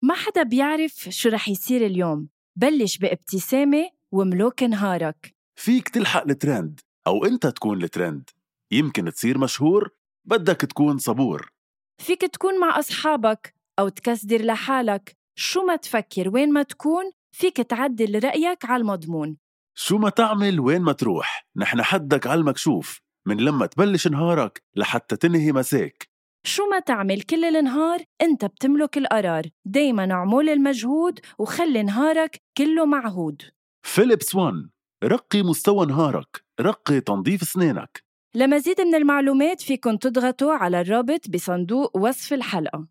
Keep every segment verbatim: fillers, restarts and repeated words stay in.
ما حدا بيعرف شو رح يصير اليوم. بلش بابتسامة وملوك نهارك. فيك تلحق الترند أو أنت تكون الترند. يمكن تصير مشهور، بدك تكون صبور. فيك تكون مع أصحابك أو تكسدر لحالك. شو ما تفكر وين ما تكون، فيك تعدل رأيك على المضمون. شو ما تعمل وين ما تروح، نحن حدك على المكشوف، من لما تبلش نهارك لحتى تنهي مساك. شو ما تعمل كل النهار، انت بتملك القرار. دايما اعمل المجهود وخلي نهارك كله معهود. فيليبس وان، رقي مستوى نهارك، رقي تنظيف سنينك. لمزيد من المعلومات فيكن تضغطوا على الرابط بصندوق وصف الحلقة.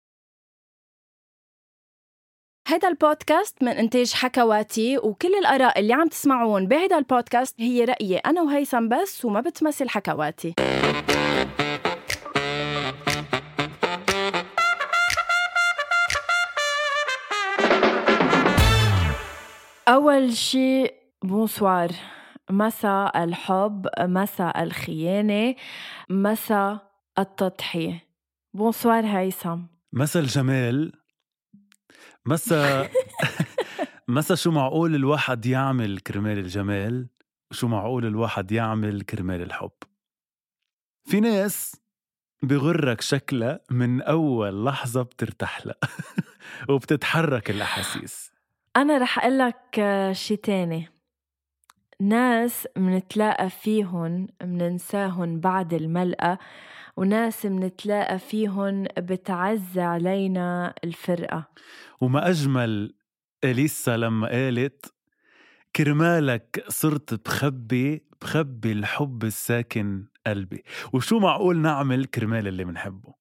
هذا البودكاست من إنتاج حكواتي، وكل الآراء اللي عم تسمعون بهذا البودكاست هي رأيي أنا وهيثم بس، وما بتمثل حكواتي. أول شيء بونسوار، مساء الحب، مساء الخيانة، مساء التضحية. بونسوار هيثم. مساء الجمال، مساء مساء شو معقول الواحد يعمل كرمال الجمال، وشو معقول الواحد يعمل كرمال الحب. في ناس بغرك شكلها من أول لحظة بترتاح لها وبتتحرك الأحاسيس. أنا رح أقلك شي تاني. ناس منتلاقى فيهن مننساهن بعد الملقى، وناس منتلاقى فيهن بتعز علينا الفرقة. وما أجمل إليسا لما قالت كرمالك صرت بخبي بخبي الحب الساكن قلبي. وشو معقول نعمل كرمال اللي منحبه؟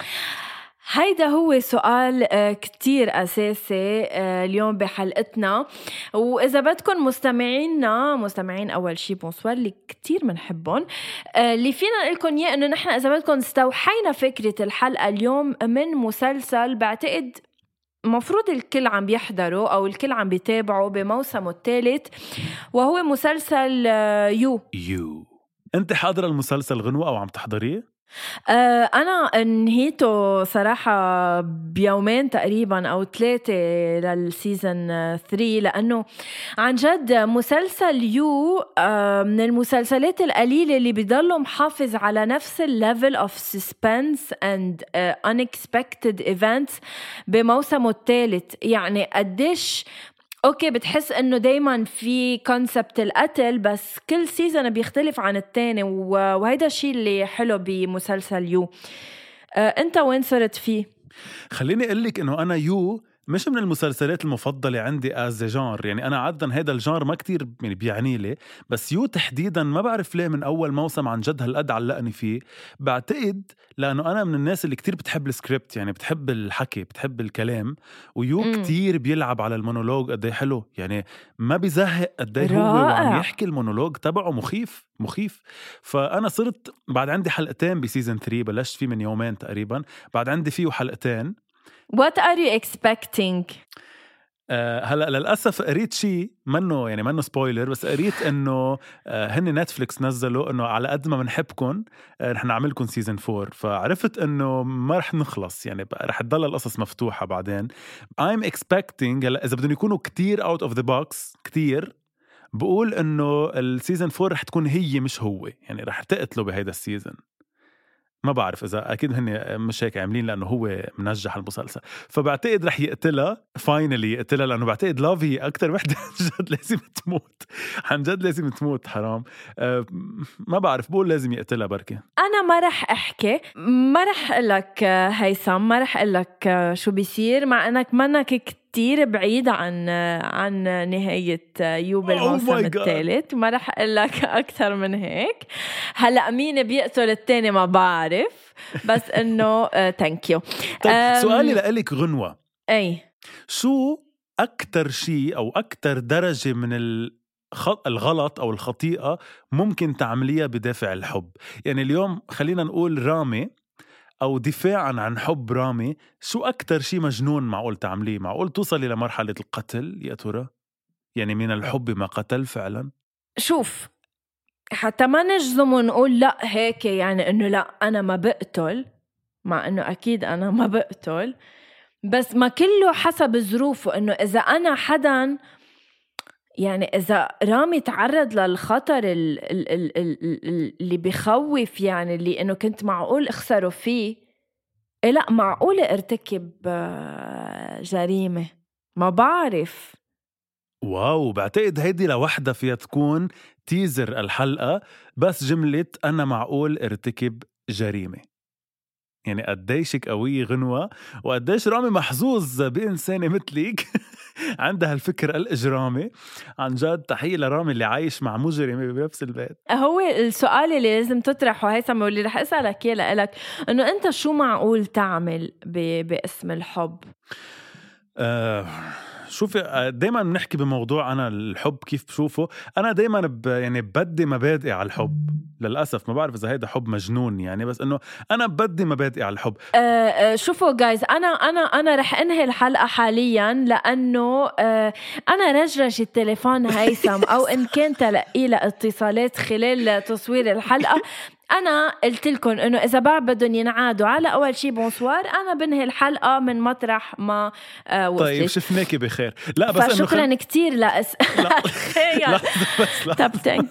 هيدا هو سؤال كتير أساسي اليوم بحلقتنا. وإذا بدكن مستمعينا مستمعين أول شي بونسوار اللي كتير منحبهم، اللي فينا نقولكن إياه إنه نحن إذا بدكن استوحينا فكرة الحلقة اليوم من مسلسل بعتقد مفروض الكل عم بيحضره أو الكل عم بيتابعه بموسمه الثالث، وهو مسلسل يو. يو أنت حاضرة المسلسل غنوة أو عم تحضريه؟ أه أنا انهيته صراحة بيومين تقريبا أو ثلاثة للسيزن ثري، لأنه عن جد مسلسل يو أه من المسلسلات القليلة اللي بيضلوا محافظ على نفس الليفل of suspense and uh, unexpected events بموسمه الثالث. يعني قديش اوكي بتحس انه دايما في كونسبت القتل، بس كل سيزن بيختلف عن التاني، وهيدا الشيء اللي حلو بمسلسل يو. أه انت وين صرت فيه؟ خليني اقولك انه انا يو مش من المسلسلات المفضلة عندي از جانر. يعني أنا عادة هيدا الجانر ما كتير يعني بيعني لي، بس يو تحديدا ما بعرف ليه من أول موسم عن جد هالقد علقني فيه. بعتقد لأنه أنا من الناس اللي كتير بتحب السكريبت، يعني بتحب الحكي بتحب الكلام، ويو م. كتير بيلعب على المونولوج قد ايه حلو، يعني ما بيزهق قد ايه هو وعم يحكي المونولوج تبعه مخيف مخيف. فأنا صرت بعد عندي حلقتين بسيزن ثري، بلشت فيه من يومين تقريبا، بعد عندي فيه حلقتين. What are you expecting؟ أه هلأ للأسف قريت شيء منه يعني منه سبويلر، بس قريت إنه أه هن نتفليكس نزلوا إنه على قد ما منحبكن أه رح نعملكن سيزن فور. فعرفت إنه ما رح نخلص، يعني رح تضل القصص مفتوحة بعدين. I'm expecting هلأ إذا بدهم يكونوا كتير out of the box كتير، بقول إنه السيزن فور رح تكون هي مش هو، يعني رح تقتلوا بهيدا السيزن. ما بعرف إذا أكيد هن مش هيك عاملين لأنه هو منجح المسلسل، فبعتقد رح يقتلها فاينلي يقتلها، لأنه بعتقد لاف هي أكتر وحدة عن جد لازم تموت، عن جد لازم تموت. حرام أه ما بعرف، بقول لازم يقتلها بركة. أنا ما رح أحكي، ما رح أقلك هيثم، ما رح أقلك شو بيصير، مع أنك منك كتير بعيد عن عن نهاية يو بالموسم oh الثالث. ما رح أقلك أكثر من هيك. هلأ مين بيقتل التاني ما بعرف، بس إنه thank you. طيب سؤالي لألك غنوة، أي شو أكتر شيء أو أكتر درجة من الغلط أو الخطيئة ممكن تعمليها بدافع الحب؟ يعني اليوم خلينا نقول رامي أو دفاعاً عن حب رامي، شو أكتر شي مجنون معقول تعمليه؟ معقول توصلي لمرحلة القتل يا ترى؟ يعني من الحب ما قتل فعلاً؟ شوف، حتى ما نجزم ونقول لا هيك، يعني إنه لا أنا ما بقتل، مع إنه أكيد أنا ما بقتل، بس ما كله حسب ظروفه. إنه إذا أنا حدا يعني إذا رامي تعرض للخطر ال ال ال ال اللي بيخوف، يعني اللي إنه كنت معقول اخسره فيه، إيه لا معقول ارتكب جريمة. ما بعرف. واو، بعتقد هيدي لوحدة فيها تكون تيزر الحلقة، بس جملة أنا معقول ارتكب جريمة. يعني قديشك قوية غنوة، وقديش رامي محظوظ بإنسانة مثلك عندها الفكر الإجرامي. عن جد تحية لرامي اللي عايش مع مجرمة بنفس البيت. هو السؤال اللي لازم تطرحه هيثم واللي رح أسألك إياه لإلك، إنه أنت شو معقول تعمل باسم الحب؟ آه شوفي، دايما بنحكي بموضوع أنا الحب كيف بشوفه. أنا دايما ب يعني بدي مبادئي على الحب. للأسف ما بعرف إذا هيدا حب مجنون يعني، بس إنه أنا بدي مبادئي على الحب. أه شوفوا جايز، أنا أنا أنا رح أنهي الحلقة حاليا، لأنه أه أنا رجرج التليفون هيثم أو إن كان تلقي له اتصالات خلال تصوير الحلقة. أنا قلت لكم إنه إذا بعد بدهم ينعادوا على أول شي بونسوار، أنا بنهي الحلقة من مطرح ما آه وصلت. طيب شفناكي بخير. لا بس فشكرا خل... كتير لأس لا بس لا طب تانك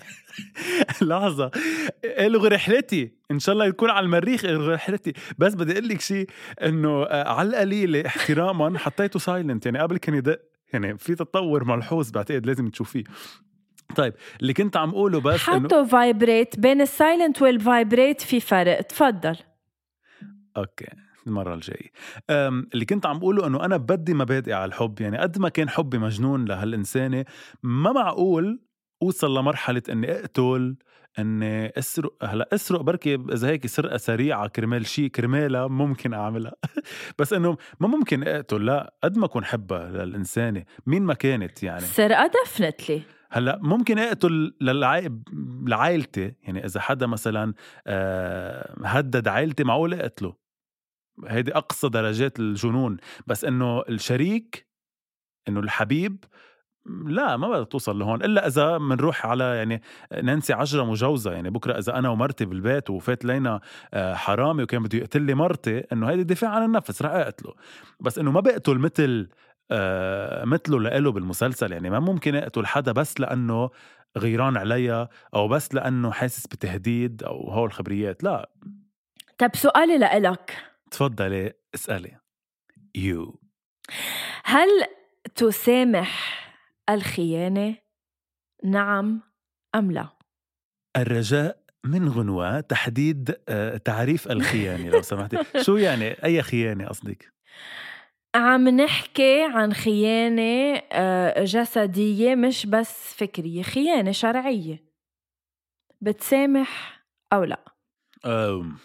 لحظة، الغي رحلتي إن شاء الله يكون على المريخ. الغي رحلتي. بس بدي أقول لك شيء، إنه على القليل احتراما حطيته سايلنت، يعني قبل كان يدق، يعني في تطور ملحوظ بعتقد لازم تشوفيه. طيب اللي كنت عم قوله بس حطوا إنه... فايبريت. بين السايلنت والفايبريت في فرق. تفضل. أوكي المرة الجاية. اللي كنت عم قوله إنه أنا بدي مبادئي على الحب. يعني قد ما كان حبي مجنون لهالإنسانة، ما معقول أوصل لمرحلة إني أقتل، إني أسرق. هلا أسرق بركي إذا هيك سرقة سريعة كرمال شيء كرمالها ممكن أعملها بس إنه ما ممكن أقتل. لا، قد ما أكون حبها للإنسانة مين ما كانت يعني. سرقة دفنتلي. هلا ممكن أقتل للعائب لعائلتي، يعني إذا حدا مثلا هدد عائلتي معقول أقتله، هيدي أقصى درجات الجنون. بس إنه الشريك، إنه الحبيب، لا ما بدها توصل لهون. إلا إذا منروح على يعني نانسي عجرم وجوزة. يعني بكرة إذا أنا ومرتي بالبيت وفات لينا حرامي وكان بده يقتل لي مرتي، إنه هيدي دفاع عن النفس، رح أقتله. بس إنه ما بقتل مثل آه مثله لإله بالمسلسل. يعني ما ممكن أقتل حدا بس لأنه غيران عليا، أو بس لأنه حاسس بتهديد أو هول الخبريات. لا. طب سؤالي لإلك. تفضلي اسألي. يو هل تسامح الخيانة؟ نعم أم لا؟ الرجاء من غنوة تحديد تعريف الخيانة لو سمحتي. شو يعني أي خيانة قصدك؟ عم نحكي عن خيانة جسدية مش بس فكرية، خيانة شرعية. بتسامح أو لا؟ أم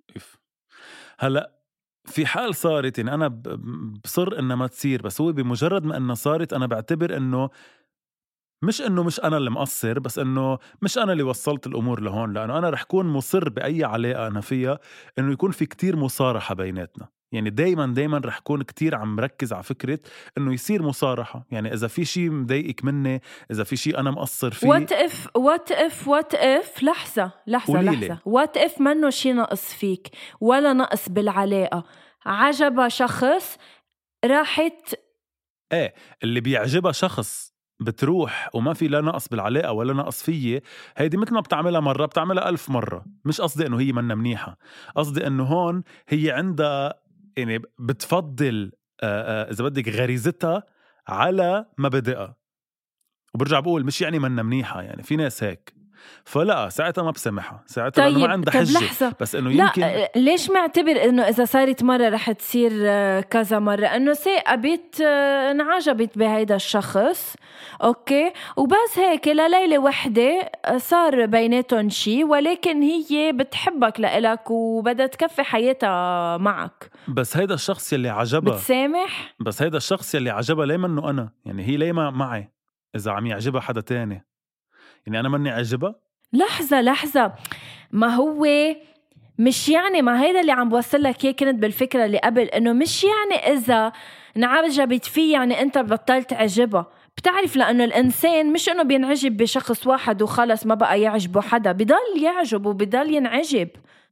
هلأ في حال صارت، يعني أنا بصر إنها ما تصير، بس هو بمجرد ما إنها صارت أنا بعتبر إنه مش إنه مش أنا اللي مقصر، بس إنه مش أنا اللي وصلت الأمور لهون. لأنه أنا رح كون مصر بأي علاقة أنا فيها إنه يكون في كتير مصارحة بيناتنا. يعني دايما دايما رح كون كتير عم مركز على فكرة إنه يصير مصارحة. يعني إذا في شيء مضايقك مني، إذا في شيء أنا مقصر فيه، what if what if what if لحظة لحظة لحظة what if منه شيء نقص فيك ولا نقص بالعلاقة، عجبها شخص راحت. إيه اللي بيعجبها شخص بتروح وما في لا نقص بالعلاقة ولا نقص فيه، هيدي مثل ما بتعملها مرة بتعملها ألف مرة. مش قصدي إنه هي منا منيحة، قصدي إنه هون هي عندها يعني بتفضل إذا بدك غريزتها على مبادئها. وبرجع بقول مش يعني منا منيحة، يعني في ناس هيك، فلا ساعتها ما بسمحها ساعتها. طيب ما عندها حجة. بس إنه يمكن لا ليش معتبر إنه إذا صارت مرة رح تصير كذا مرة، إنه ثاقبت انعجبت بهيدا الشخص أوكي، وبس هيك لليلة وحدة صار بيناتهم شي، ولكن هي بتحبك لإلك وبدها تكفي حياتها معك. بس هيدا الشخص يلي عجبها بتسامح. بس هيدا الشخص يلي عجبها ليه منه أنا؟ يعني هي ليه ما معي إذا عم يعجبها حدا تاني؟ يعني أنا مني عجبها. لحظة لحظة ما هو مش يعني ما هيدا اللي عم بوصل لك. هي كنت بالفكرة اللي قبل إنه مش يعني إذا انعجبت فيه يعني أنت بطلت عجبها. بتعرف لأنه الإنسان مش إنه بينعجب بشخص واحد وخلص ما بقى يعجبه حدا، بضل يعجب وبضل ينعجب.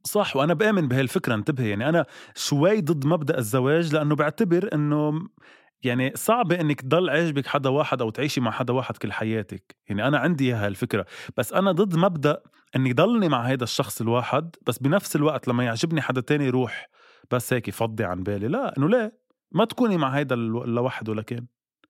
صح. وأنا بآمن بهالفكرة، انتبه، يعني أنا شوي ضد مبدأ الزواج لأنه بعتبر أنه يعني صعب انك تضل عجبك حدا واحد او تعيشي مع حدا واحد كل حياتك. يعني انا عندي هالفكرة، بس انا ضد مبدأ اني ضلني مع هيدا الشخص الواحد بس بنفس الوقت لما يعجبني حدا تاني روح بس هيك فضي عن بالي. لا، انه لا، ما تكوني مع هيدا لوحده. لكن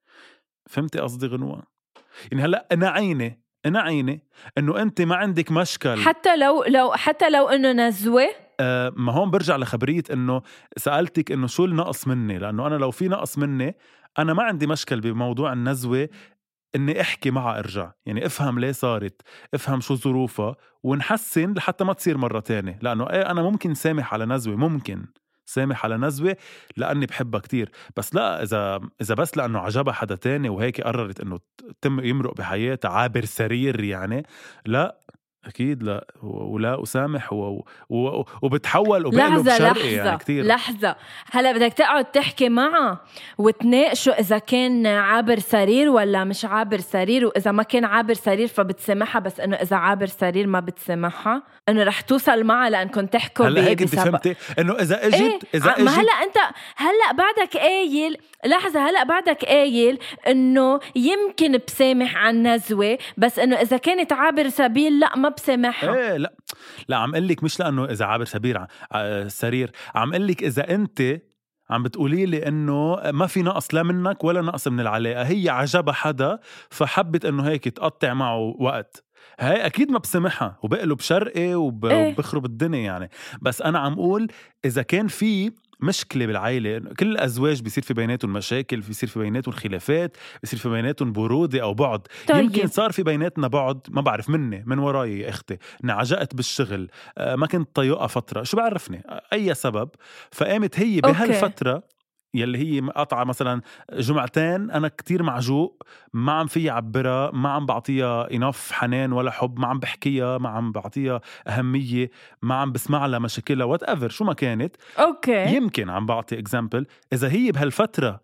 فهمتي قصدي غنوة؟ يعني هلا انا عيني انا عيني انه انت ما عندك مشكل، حتى لو لو حتى لو انه نزوه. آه ما هون برجع لخبرية انه سألتك انه شو النقص مني، لانه انا لو في نقص مني انا ما عندي مشكل بموضوع النزوة اني احكي معها ارجع، يعني افهم ليه صارت، افهم شو ظروفها ونحسن لحتى ما تصير مرة تانية. لانه ايه انا ممكن سامح على نزوة، ممكن سامح على نزوة لاني بحبها كتير، بس لا اذا اذا بس لانه عجبها حدا تاني وهيك قررت انه تم يمرق بحياتها عابر سرير، يعني لا أكيد لا، ولا أسامح و... و... وبتحول وبقلب لحظة شرقي لحظة يعني كتير. لحظة هلا بدك تقعد تحكي معه وتناقشوا إذا كان عابر سرير ولا مش عابر سرير، وإذا ما كان عابر سرير فبتسامحها، بس إنه إذا عابر سرير ما بتسامحها، إنه رح توصل معها لأنكم تحكوا هلا هيك بسبب... انت فهمتي انه اذا اجت إيه؟ اذا ما اجت هلا انت هلا بعدك قايل، لحظه هلا بعدك قايل انه يمكن بسامح عن نزوه، بس انه اذا كانت عابر سبيل لا ما بسامحها. ايه لا لا عم قلك مش لانه اذا عابر سبيل ع... ع... سرير، عم قلك اذا انت عم بتقولي لي انه ما في نقص لا منك ولا نقص من العلاقه، هي عجبها حدا فحبت انه هيك تقطع معه وقت، هاي اكيد ما بسمحها وبقلب شرقي وب... إيه؟ وبخرب الدنيا يعني. بس انا عم اقول اذا كان في مشكلة بالعائلة، كل الأزواج بيصير في بيناتهم مشاكل، بيصير في بيناتهم خلافات، بيصير في بيناتهم برودة أو بعد. طيب. يمكن صار في بيناتنا بعد ما بعرف مني من وراي يا أختي، انعجقت بالشغل، ما كنت طيقة فترة، شو بعرفني أي سبب، فقامت هي بهالفترة يلي هي قطعة مثلا جمعتين أنا كتير معجوق، ما عم في عبرها، ما عم بعطيها إناف حنان ولا حب، ما عم بحكيها، ما عم بعطيها أهمية، ما عم بسمع لها مشاكلها وات ايفر شو ما كانت. أوكي. يمكن عم بعطي اكزامبل، إذا هي بهالفترة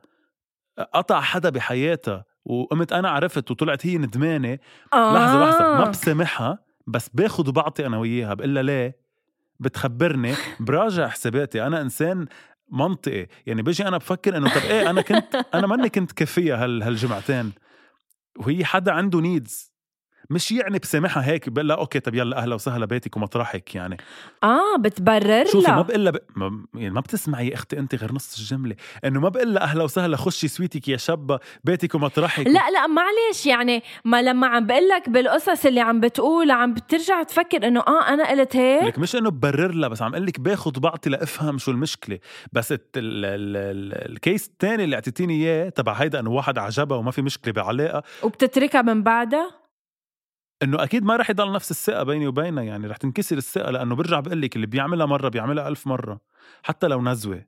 قطع حدا بحياتها وقمت أنا عرفت وطلعت هي ندمانة، آه. لحظة لحظة ما بسامحها بس باخد وبعطي أنا وياها، بقلها ليه بتخبرني، براجع حساباتي، أنا إنسان منطقي، يعني بيجي أنا بفكر إنه طب إيه أنا كنت أنا ماني كنت كفية هال هالجمعتين، وهي حدا عنده نيدز، مش يعني بسامحها هيك بقول لها أوكي طب يلا أهلا وسهلا بيتك ومطرحك يعني. آه بتبرر شوفي لا. ما بقول لها ب... ما... يعني ما بتسمعي أختي أنت غير نص الجملة، إنه ما بقول لها أهلا وسهلا خشي سويتك يا شابة بيتك ومطرحك. لا لا معلش، يعني ما لما عم بقلك بالقصص اللي عم بتقول عم بترجع تفكر إنه آه أنا قلت هيك. لك مش إنه ببرر لها، بس عم قلك باخد بعطي لأفهم شو المشكلة. بس الت... ال... ال... ال... الكيس الثاني اللي اعطيتيني إياه تبع هيدا إنه واحد عجبها وما في مشكلة بعلاقة وبتتركها من بعدها، انه اكيد ما رح يضل نفس الثقه بيني وبينها، يعني رح تنكسر الثقه، لانه برجع بقول لك اللي بيعملها مره بيعملها ألف مره حتى لو نزوه.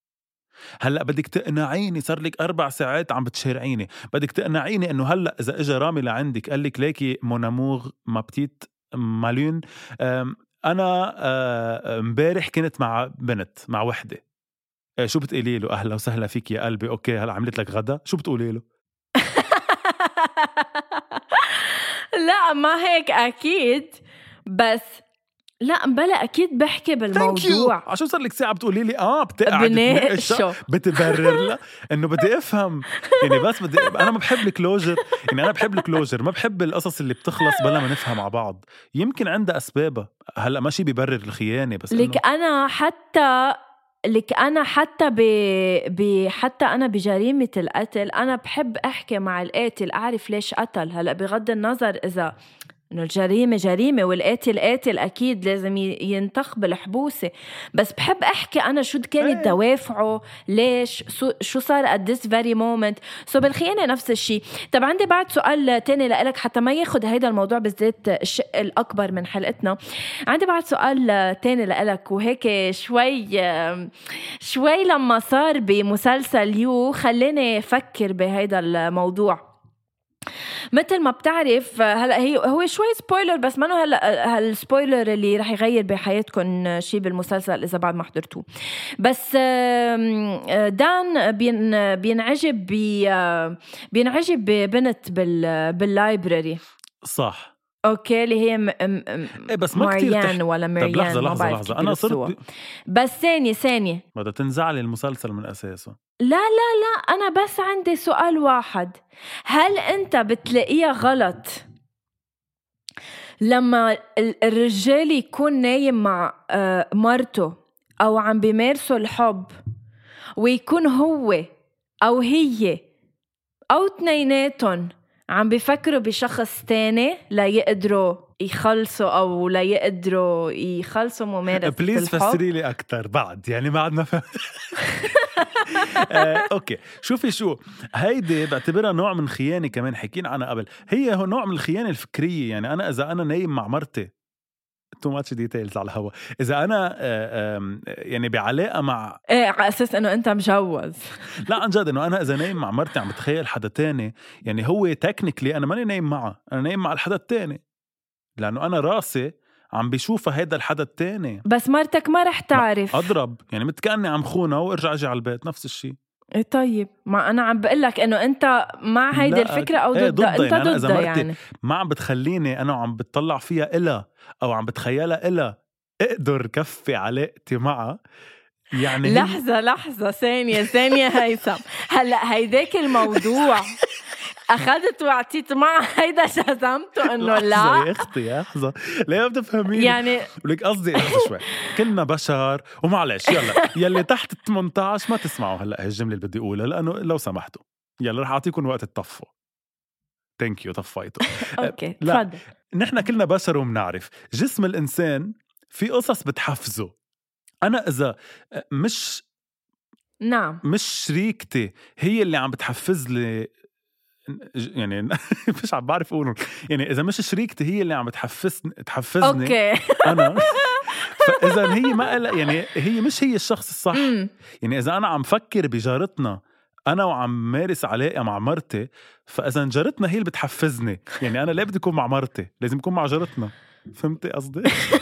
هلا بدك تقنعيني، صار لك اربع ساعات عم بتشارعيني، بدك تقنعيني انه هلا اذا اجى رامي لعندك قال لك ليكي مونامور ما بتيت مالون، انا امبارح كنت مع بنت مع وحده، شو بتقولي له؟ اهلا وسهلا فيك يا قلبي، اوكي هلا عملت لك غدا، شو بتقولي له؟ لا ما هيك أكيد، بس لا بلا أكيد بحكي بالموضوع. عشان صار لك ساعة بتقولي لي آه بتقعد بناقشه بتبرر لا إنه بدي أفهم، يعني بس بدي أنا ما بحب الكلوجر، يعني أنا بحب الكلوجر، ما بحب القصص اللي بتخلص بلا ما نفهم مع بعض. يمكن عندها أسبابها، هلا ماشي بيبرر الخيانة، بس لك أنا حتى لك أنا حتى ب... ب... حتى أنا بجريمة القتل أنا بحب أحكي مع القاتل أعرف ليش قتل. هلأ بغض النظر إذا إنه الجريمة جريمة والقاتل قاتل أكيد لازم ينتخ بالحبوسة، بس بحب أحكي أنا شو كانت دوافعه، ليش شو صار at this very moment. سو بالخيانة نفس الشيء. طب عندي بعد سؤال تاني لألك حتى ما ياخد هيدا الموضوع بالذات الشق الأكبر من حلقتنا. عندي بعد سؤال تاني لألك وهيك شوي شوي لما صار بمسلسل يو خليني أفكر بهيدا الموضوع. مثل ما بتعرف هلا هي هو شوي سبويلر، بس ما انه هلا هالسبويلر اللي رح يغير بحياتكم شيء بالمسلسل اذا بعد ما حضرتوه. بس دان بين بينعجب بي بينعجب ببنت بال باللايبراري، صح اوكي اللي هي م... م... إيه بس ما كتير مريان تح... ولا طب مريان لحظة ما لحظة بعرف لحظة كيف أنا يرسلوها. صرت ب... بس ثانية ثانية بدها تنزعلي المسلسل من أساسه. لا لا لا أنا بس عندي سؤال واحد، هل أنت بتلاقيها غلط لما الرجال يكون نايم مع مرته أو عم بيمارسوا الحب ويكون هو أو هي أو تنيناتهم عم بيفكروا بشخص تاني لا يقدروا يخلصوا أو لا يقدروا يخلصوا ممارسة الحب؟ بليز فسري لي أكتر بعد، يعني ما عدنا فهم. آه، أوكي شوفي شو هيدي بعتبرها نوع من خيانة كمان، حكينا عنها قبل. هي هو نوع من الخيانة الفكرية. يعني أنا إذا أنا نايم مع مرتي تو ماتش ديتيلز على الهوا، إذا أنا آه يعني بعلاقة مع إيه على أساس إنه أنت مجوز. لا عن جد إنه أنا إذا نايم مع مرتي عم بتخيل حدا تاني، يعني هو تكنيكلي أنا ماني نايم معه، أنا نايم مع الحدا التاني، لأنه أنا راسي عم بيشوفها هيدا الحدا التاني. بس مرتك ما رح تعرف. أضرب يعني متكأني عم خونه وارجع أجي على البيت نفس الشيء. إيه طيب ما أنا عم بقلك إنه أنت مع هيدي الفكرة أو ايه ضدها؟ أنت يعني ضدها يعني ما عم بتخليني أنا عم بتطلع فيها إلا أو عم بتخيلها إلا اقدر كفي علاقتي معها. يعني لحظة لحظة ثانية ثانية هيثم، هلأ هيداك الموضوع أخذت وعطيت معه هيدا جزمته إنه لا يا أختي لحظة ليه بتفهمين يعني ولك قصدي لحظة شوي كلنا بشر ومعلش يلا يلي تحت ثمانية عشر ما تسمعوا هلأ هالجملة اللي بدي أقولها لأنه لو سمحتوا يلا رح أعطيكم وقت تطفوا. ثانك يو طفيتوا. أوكي لا تفضل. نحن كلنا بشر ومنعرف جسم الإنسان في قصص بتحفزه. أنا إذا مش نعم مش شريكتي هي اللي عم بتحفز لي، يعني مش عم بعرف أقوله، يعني إذا مش شريكتي هي اللي عم بتحفزني تحفزني أوكي. أنا فإذا هي ما يعني هي مش هي الشخص الصح. يعني إذا أنا عم فكر بجارتنا أنا وعم مارس علاقة مع مرتي، فإذا جارتنا هي اللي بتحفزني، يعني أنا ليه بدي أكون مع مرتي؟ لازم أكون مع جارتنا. فهمتي قصدي؟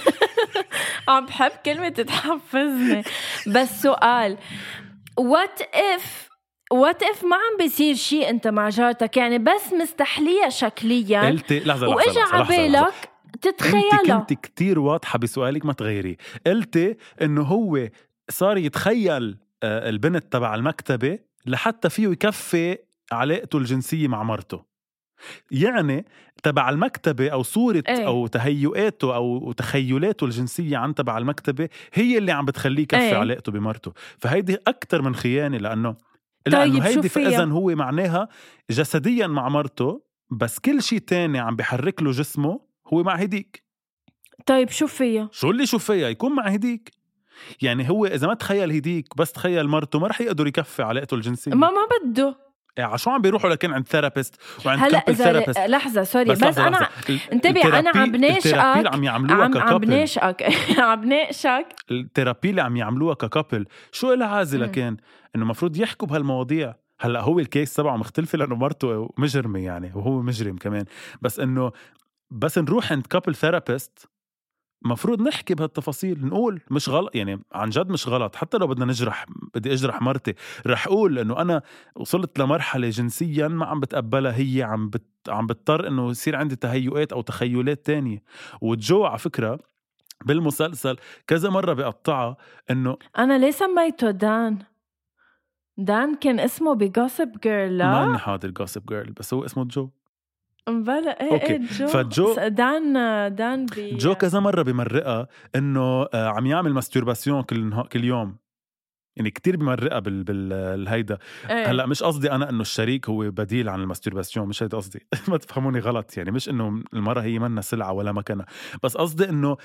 عم بحب كلمة تتحفزني. بس سؤال what if what if ما عم بيصير شيء انت مع جارتك، يعني بس مستحلية شكليا قلتي لحظة لحظة واجا عبالك تتخيلها. انت كنت كتير واضحة بسؤالك ما تغيري. قلتي انه هو صار يتخيل البنت تبع المكتبة لحتى فيه يكفي علاقته الجنسية مع مرته، يعني تبع المكتبة أو صورة ايه؟ أو تهيؤاته أو تخيلاته الجنسية عن تبع المكتبة هي اللي عم بتخليه يكفي ايه؟ علاقته بمرته. فهيدي أكتر من خيانة، لأنه لأنه طيب هيدي فإذن هو معناها جسديا مع مرته بس كل شيء تاني عم بيحرك له جسمه هو مع هديك. طيب شو فيها؟ شو اللي شو فيها يكون مع هديك؟ يعني هو إذا ما تخيل هديك بس تخيل مرته ما رح يقدر يكفي علاقته الجنسية. ما ما بده يعني عشان عم بيروحوا لكن عند ثيرابيست وعند هلا كابل ثيرابيست. لحظة سوري بس, بس أنا انتبه أنا عم بناشقك الثيرابي عم يعملوها عم ككابل عم بناشقك عم بناشقك الثيرابي اللي عم يعملوها ككابل شو إلها عازلة كان إنه مفروض يحكوا بهالمواضيع. هلا هو الكيس تبعه مختلفة لأنه مرته مجرمة يعني وهو مجرم كمان، بس إنه بس نروح عند كابل ثيرابيست مفروض نحكي بهالتفاصيل، نقول مش غلط، يعني عن جد مش غلط. حتى لو بدنا نجرح بدي أجرح مرتي رح أقول إنه أنا وصلت لمرحلة جنسيا ما عم بتقبلها، هي عم بت عم بضطر إنه يصير عندي تهيؤات أو تخيلات تانية. وجو على فكرة بالمسلسل كذا مرة بقطعها إنه أنا ليه سميته دان؟ دان كان اسمه بجوسب جيرل. لا ماني حاضر جوسب جيرل بس هو اسمه جو. بلا ايه أوكي. ايه جو فجو دان دان بي جو كذا مرة بمرقها إنه عم يعمل ماستورباسيون كل كل يوم، يعني كتير بمرقها بال بالهيدا. ايه؟ هلا مش قصدي انا انه الشريك هو بديل عن الماستورباسيون، مش هيدا قصدي. ما تفهموني غلط، يعني مش انه المرأة هي منا سلعة ولا مكانها، بس قصدي انه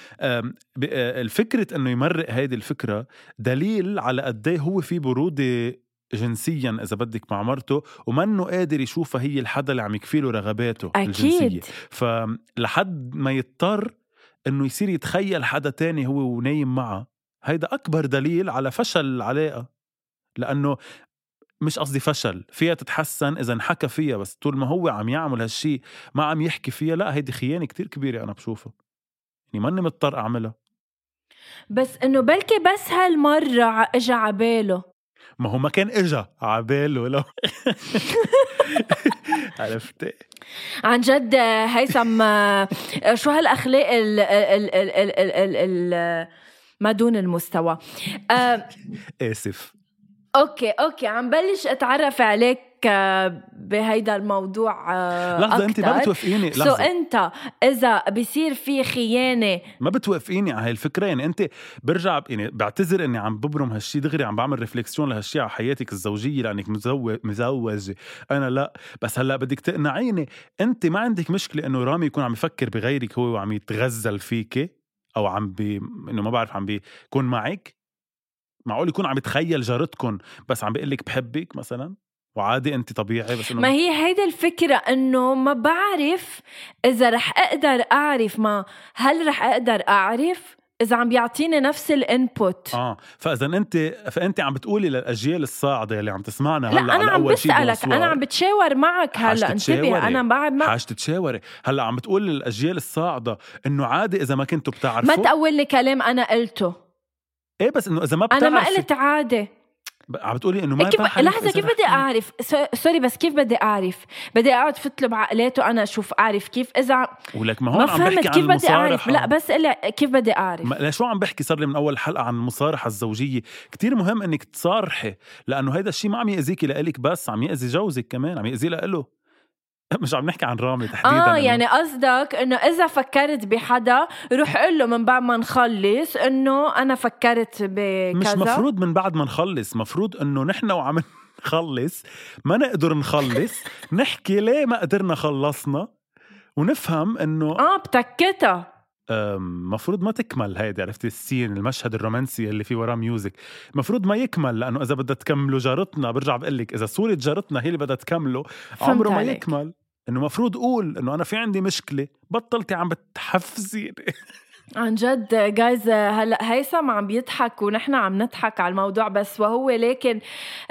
الفكرة انه يمرق هيدي الفكرة دليل على قديه هو في برودة جنسيا اذا بدك مع مرته ومنه قادر يشوفها هي الحدا اللي عم يكفيله رغباته أكيد. الجنسية. فلحد ما يضطر انه يصير يتخيل حدا تاني هو ونايم معه، هيدا أكبر دليل على فشل العلاقة. لأنه مش قصدي فشل فيها تتحسن إذا انحكى فيها، بس طول ما هو عم يعمل هالشي ما عم يحكي فيها، لا هيدي خيانة كتير كبيرة أنا بشوفها، يعني ماني مضطر أعملها. بس إنه بلكي بس هالمرة إجا عباله ما هو ما كان إجا عباله لو عرفتي عن جد هيثم شو هالأخلاق ال ال ال ال ال ال ما دون المستوى. أه آسف. أوكي أوكي عم بلش أتعرف عليك بهيدا الموضوع لحظة أكتر. أنت ما بتوافقيني سو so أنت إذا بيصير في خيانة ما بتوافقيني على هاي الفكرة. يعني أنت برجع يعني بعتذر أني عم ببرم هالشي دغري، عم بعمل ريفليكسيون لهالشي على حياتك الزوجية لأنك مزوج مزوجة أنا لا. بس هلأ بدك تقنعيني أنت ما عندك مشكلة أنه رامي يكون عم يفكر بغيرك هو وعم يتغزل فيك، أو عم بي إنه ما بعرف عم بيكون معك. معقول يكون عم يتخيل جارتكن بس عم بيقلك بحبك مثلا وعادي انت طبيعي؟ بس ما هي هيدا الفكرة انه ما بعرف اذا رح اقدر اعرف، ما هل رح اقدر اعرف اذا عم بيعطيني نفس الانبوت. اه فاذا انت فانت عم بتقولي للاجيال الصاعده اللي عم تسمعنا هلا، لا انا عم بسألك، انا عم بتشاور معك هلا، انتبه انا بعد ما حاج تتشاوري هلا عم بتقول للاجيال الصاعده انه عادي اذا ما كنتوا بتعرفوا. ما تقولني كلام انا قلته. ايه بس انه اذا ما بتعرف انا ما قلت عادي. عم بتقولي انه ما كيف لحظه كيف بدي اعرف؟ سوري بس كيف بدي اعرف؟ بدي اقعد فتله بعقلاته انا اشوف اعرف كيف اذا ولك ما هون عم بحكي عن كيف بدي المصارحه. أعرف؟ لا بس إلا كيف بدي اعرف؟ لا شو عم بحكي صار لي من اول حلقه عن المصارحه الزوجيه. كتير مهم انك تصارحي لانه هيدا الشيء ما عم يأذيكي لإلك بس، عم يأذي جوزك كمان، عم يأذي له. مش عم نحكي عن رامي تحديدا. اه يعني قصدك انه اذا فكرت بحدا روح قل له من بعد ما نخلص انه انا فكرت بكذا. مش مفروض من بعد ما نخلص، مفروض انه نحن وعم نخلص ما نقدر نخلص نحكي ليه ما قدرنا خلصنا ونفهم انه اه بتكتها مفروض ما تكمل. هيدا عرفتي السين المشهد الرومانسي اللي فيه وراه ميوزك مفروض ما يكمل، لانه اذا بدها تكمله جارتنا، برجع بقلك اذا صورة جارتنا هي اللي بدها تكمله عمره ما عليك. يكمل. انه مفروض اقول انه انا في عندي مشكله، بطلتي عم بتحفزيني. عن جد جايز هلا هيثم عم بيضحك ونحن عم نضحك على الموضوع بس، وهو لكن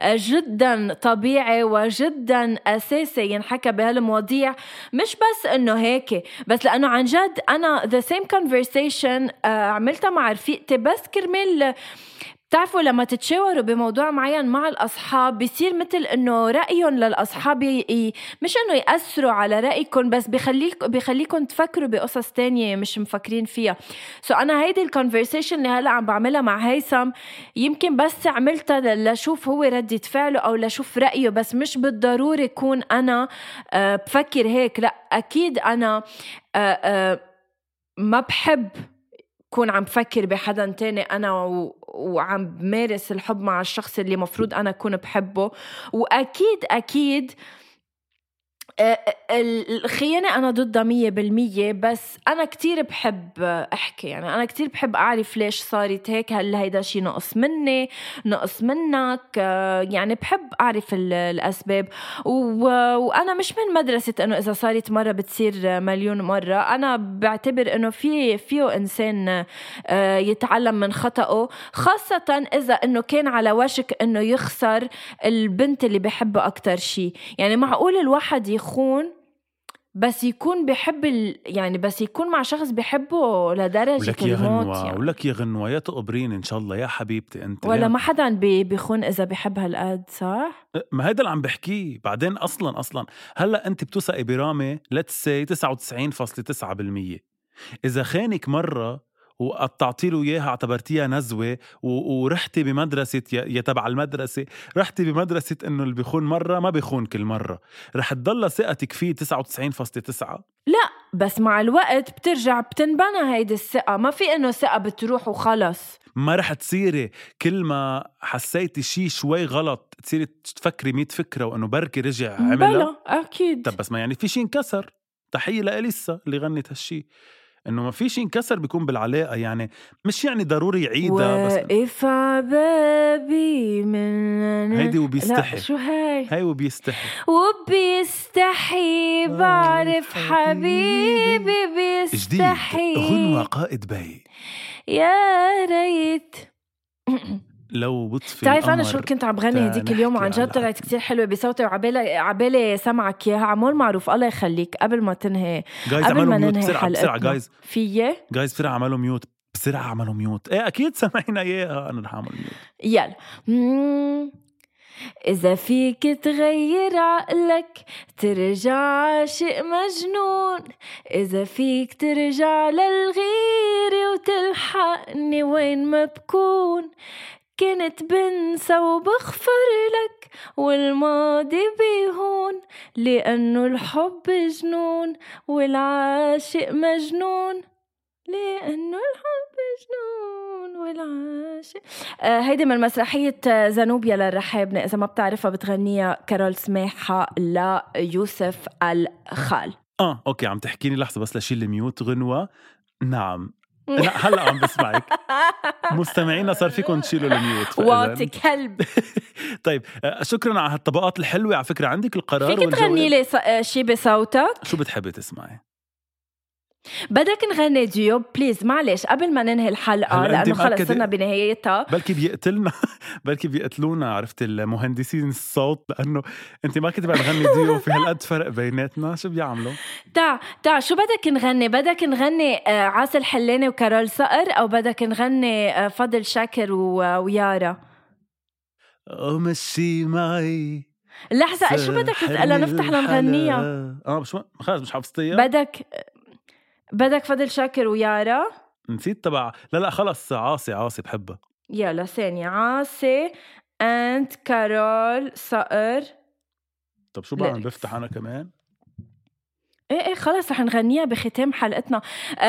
جدا طبيعي وجدا اساسي ينحكى بهالمواضيع. مش بس انه هيك، بس لانه عن جد انا the same conversation عملتها مع رفيقتي بس كرمال بتعرفوا لما تتشاوروا بموضوع معين مع الأصحاب بيصير مثل إنه رأيهم للأصحاب ي... مش إنه يأثروا على رأيكم، بس بيخليك بيخليكم تفكروا بقصص تانية مش مفكرين فيها. سو so أنا هيدي الكونفرسيشن اللي هلأ عم بعملها مع هيثم يمكن بس عملتها لشوف هو ردة فعله أو لشوف رأيه، بس مش بالضروري يكون أنا أه بفكر هيك. لا أكيد أنا أه أه ما بحب كون عم بفكر بحدا تاني أنا و... وعم بمارس الحب مع الشخص اللي مفروض أنا أكون بحبه. وأكيد أكيد الخيانة أنا ضدها مية بالمية، بس أنا كتير بحب أحكي. يعني أنا كتير بحب أعرف ليش صارت هيك، هل هيدا شي نقص مني نقص منك، يعني بحب أعرف الأسباب. وأنا مش من مدرسة أنه إذا صارت مرة بتصير مليون مرة. أنا بعتبر أنه في فيه إنسان يتعلم من خطأه، خاصة إذا أنه كان على وشك أنه يخسر البنت اللي بحبه أكتر شي. يعني معقول الواحد يخون بس يكون بيحب ال... يعني بس يكون مع شخص بيحبه لدرجة الموت. يعني ولك يا غنوة يا تقبرين إن شاء الله يا حبيبتي أنت، ولا ما حدا بي... بيخون إذا بيحب هالقد صح؟ ما هيدا اللي عم بحكيه. بعدين أصلا أصلا هلأ أنت بتوثقي برامي let's say تسعة وتسعين فاصلة تسعة بالمية. إذا خانك مرة وقطعتي له إياها اعتبرتيها نزوة ورحتي بمدرسة يا تبع المدرسة، رحتي بمدرسة إنه اللي بيخون مرة ما بيخون كل مرة، رح تضل ثقتك فيه تسعة وتسعين فاصلة تسعة. لا بس مع الوقت بترجع بتنبنى هيدي الثقة، ما في إنه ثقة بتروح وخلص. ما رح تصيري كل ما حسيتي شي شوي غلط تصيري تفكري مية فكرة وإنه بركي رجع عملها. بلا أكيد. طب بس ما يعني في شي انكسر. تحية لإليسا اللي غنت هالشي، إنه ما في شيء انكسر بيكون بالعلاقة. يعني مش يعني ضروري يعيدها بس واقف عبابي من هيدي وبيستحي. شو هاي هاي وبيستحي وبيستحي بعرف حبيبي بيستحي. جديد غنوة قائد باي يا ريت لو بطفي تعرف أنا شو كنت عم بغني هديك اليوم عن جد طلعت كتير حلوة بصوتي وعبالي عبالي سمعك إياها. عمول معروف الله يخليك قبل ما تنهي قبل ما ننهي حلقتنا فيه جايز بسرعة عملوا ميوت بسرعة عملوا ميوت. ايه اكيد سمعنا اياها، انا رح اعمل ميوت. يلا. مم. إذا فيك تغير عقلك ترجع عاشق مجنون، إذا فيك ترجع للغير وتلحقني وين ما بكون، كنت بنسى وبغفر لك والماضي بيهون، لأنه الحب جنون والعاشق مجنون، لأنه الحب جنون والعاشق. آه هيدي من مسرحية زانوبيا للرحابنة، إذا ما بتعرفها بتغنيها كارول سماحة ليوسف الخال. اه اوكي، عم تحكيني لحظة بس لشيل الميوت غنوة. نعم لا هلا عم بسمعك. مستمعينا صار فيكم تشيلوا الميوت واطي كلب. طيب شكرا على هالطبقات الحلوة. على فكرة عندك القرار، فيك تغني لي شي بصوتك؟ شو بتحبي تسمعي؟ بدك نغني ديو بليز معلش قبل ما ننهي الحلقة، لأنه خلص صرنا بنهايتها. بلكي بيقتلنا بلكي بيقتلونا، عرفت المهندسين الصوت، لأنه أنت ما كنت بقى نغني ديو في هالقد فرق بيناتنا. شو بيعملوا؟ تع تع شو بدك نغني؟ بدك نغني عاصي الحلاني وكارول صقر، أو بدك نغني فضل شاكر ويارا؟ أمشي معي لحظة، شو بدك تسألها نفتح لنغنيها؟ اه مش خلص مش حافظتيها. بدك بدك فضل شاكر ويارا؟ نسيت تبع. لا لا خلص عاصي عاصي بحبها. يلا ثانية، عاصي أنت كارول صقر. طب شو بعمل؟ بفتح أنا كمان. ايه ايه خلص رح نغنيها بختام حلقتنا.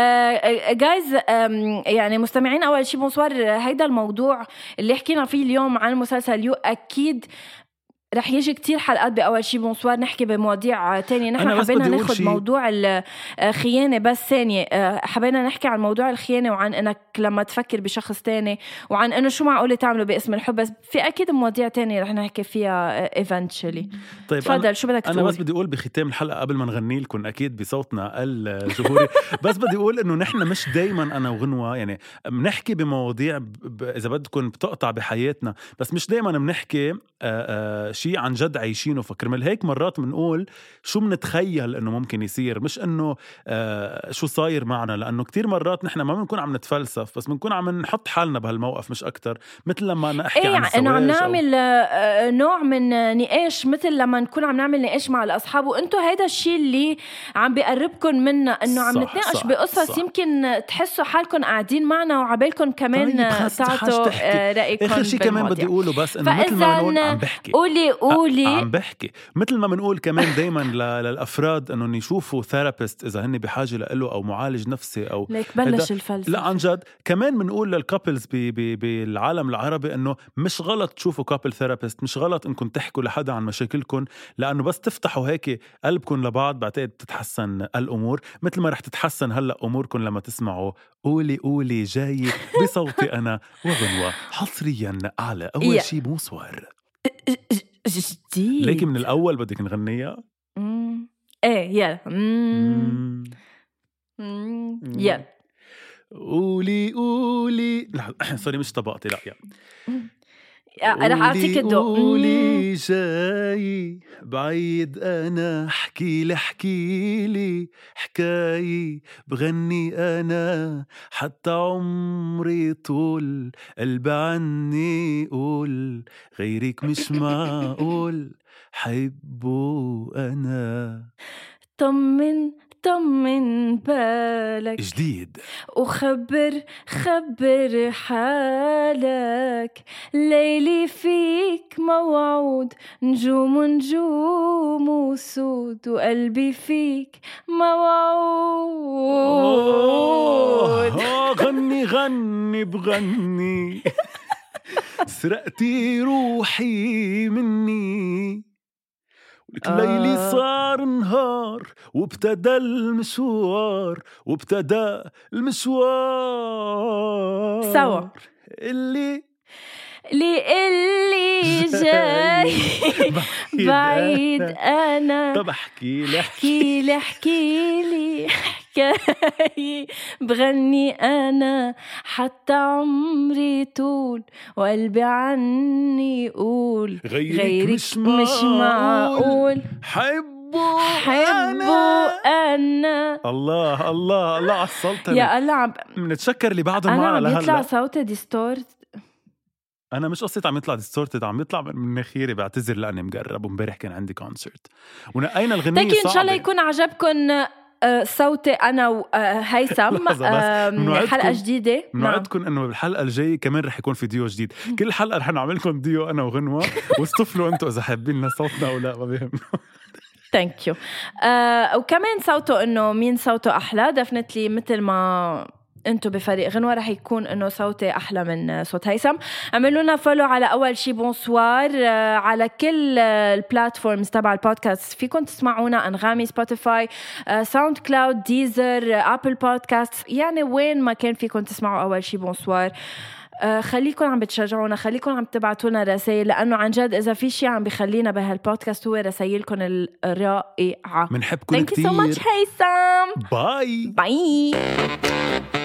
آه جايز آه يعني مستمعين، اول شي بونسوار. هيدا الموضوع اللي حكينا فيه اليوم عن مسلسل يو اكيد رح يجي كتير حلقات بأول شي بونسوار نحكي بمواضيع تانية. نحن حبينا ناخد موضوع الخيانة بس ثانية، حبينا نحكي عن موضوع الخيانة وعن انك لما تفكر بشخص تاني، وعن انه شو معقولة تعمله باسم الحب، بس في اكيد مواضيع تانية رح نحكي فيها eventually. طيب تفضل شو بدك تقول؟ انا بس بدي اقول بختام الحلقة قبل ما نغني لكم اكيد بصوتنا الجمهوري بس بدي اقول انه نحن مش دايما انا وغنوة يعني بنحكي بمواضيع ب... اذا بدكم بتقطع بحياتنا، بس مش دايما بنحكي آآ آآ شيء عن جد عايشينه. فكرمال هيك مرات بنقول شو منتخيل انه ممكن يصير، مش انه آه شو صاير معنا، لانه كتير مرات نحن ما بنكون عم نتفلسف، بس بنكون عم نحط حالنا بهالموقف مش اكتر. مثل لما انا احكي إيه عن الزواج، انه عم نعمل أو... نوع من نقاش، مثل لما نكون عم نعمل نقاش مع الاصحاب، وانتو هيدا الشيء اللي عم بيقربكم منا، انه عم نتناقش بقصص يمكن تحسوا حالكم قاعدين معنا وعبالكم كمان تعطوا رايكم. اخر شيء كمان بدي اقوله بس انه مثل ما بنقول عم بحكي قولي قولي عم بحكي مثل ما بنقول كمان دايما للأفراد أنه يشوفوا ثيرابيست إذا هن بحاجة له، أو معالج نفسي، أو ليك بلش الفلسفة. لا عن جد كمان بنقول للكابلز بالعالم العربي أنه مش غلط تشوفوا كابل ثيرابيست، مش غلط أنكم تحكوا لحدا عن مشاكلكم، لأنه بس تفتحوا هيك قلبكم لبعض بعتقد تتحسن الأمور، مثل ما رح تتحسن هلأ أموركم لما تسمعوا قولي قولي جاي بصوتي أنا وغنوة حصريا على أول شي بونسوار. جديد ليكي من الأول بدك نغنيها؟ مم. ايه يلا مم. مم. يلا قولي قولي لا سوري مش طبقتي لا يلا رح أعطيك الضوء. قولي جاي بعيد أنا احكي لي احكي لي حكاية بغني أنا حتى عمري طول قلبي عني قول غيرك مش معقول حبه أنا. طمن طمن بالك جديد وخبر خبر حالك، ليلي فيك موعود نجوم نجوم وسود وقلبي فيك موعود. آه غني غني بغني سرقتي روحي مني ولك ليلي صار نهار وابتدى المشوار وابتدى المشوار سوا اللي اللي اللي جاي بعيد أنا. طب احكي لي احكي لي احكي لي حكاية بغني أنا حتى عمري طول وقلبي عني يقول غيرك, غيرك مش معقول حبه حبه الله الله الله عصلتني يا الله عم بنتشكر اللي بعدهم أنا معنا عم يطلع لهلا. صوتي ديستورت. انا مش قصتي عم يطلع ديستورتد، عم يطلع من مناخيري. بعتذر لاني مقرب ومبارح كان عندي كونسرت ونقينا الغنية صعبة. ان شاء الله يكون عجبكم صوتي انا وهيثم. حلقه جديده بنوعدكم انه بالحلقه الجايه كمان رح يكون في ديو جديد. كل حلقه رح نعمل لكم ديو انا وغنوه واصطفلوا انتم اذا حابين لنا صوتنا او لا، ما بهم. ثانك يو. وكمان صوته انه مين صوته احلى، دفنتلي مثل ما انتو بفريق غنوة رح يكون انه صوتي احلى من صوت هيثم. اعملوا لنا فولو على اول شي بونسوار على كل البلاتفورمز تبع البودكاست. فيكم تسمعونا انغامي، سبوتيفاي، ساوند كلاود، ديزر، ابل بودكاست، يعني وين ما كان فيكم تسمعوا اول شي بونسوار. خليكم عم بتشجعونا، خليكم عم تبعتونا رسائل، لأنه عن جد إذا في شيء عم بخلينا بهالبودكاست هو رسائلكم الرائعة. منحبكم كتير. Thank you so much هيثم. باي باي.